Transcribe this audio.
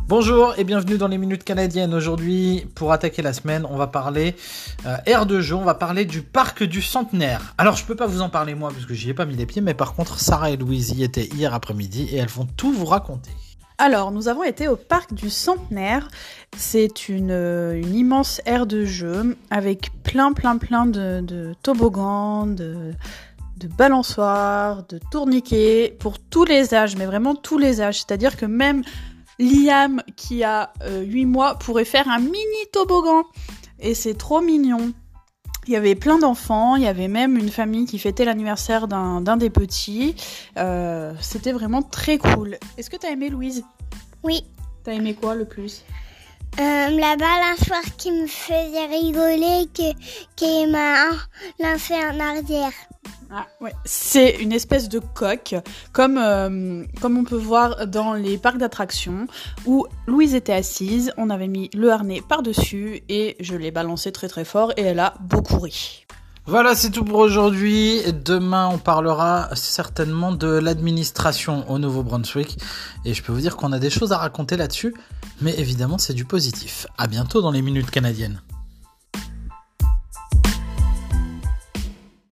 Bonjour et bienvenue dans les Minutes Canadiennes. Aujourd'hui, pour attaquer la semaine, on va parler aire de jeu, on va parler du parc du Centenaire. Alors, je peux pas vous en parler moi parce que j'y ai pas mis les pieds, mais par contre, Sarah et Louise y étaient hier après-midi et elles vont tout vous raconter. Alors, nous avons été au parc du Centenaire. C'est une immense aire de jeu avec plein de toboggans, de balançoires, de tourniquets pour tous les âges, mais vraiment tous les âges. C'est-à-dire que même Liam, qui a 8 mois, pourrait faire un mini toboggan. Et c'est trop mignon. Il y avait plein d'enfants, il y avait même une famille qui fêtait l'anniversaire d'un des petits. C'était vraiment très cool. Est-ce que t'as aimé, Louise ? Oui. T'as aimé quoi le plus ? La balançoire qui me faisait rigoler, qui m'a lancé en arrière. Ah, ouais. C'est une espèce de coque, comme on peut voir dans les parcs d'attractions, où Louise était assise, on avait mis le harnais par-dessus, et je l'ai balancé très très fort, et elle a beaucoup ri. Voilà, c'est tout pour aujourd'hui. Demain, on parlera certainement de l'administration au Nouveau-Brunswick. Et je peux vous dire qu'on a des choses à raconter là-dessus. Mais évidemment, c'est du positif. À bientôt dans les Minutes Canadiennes.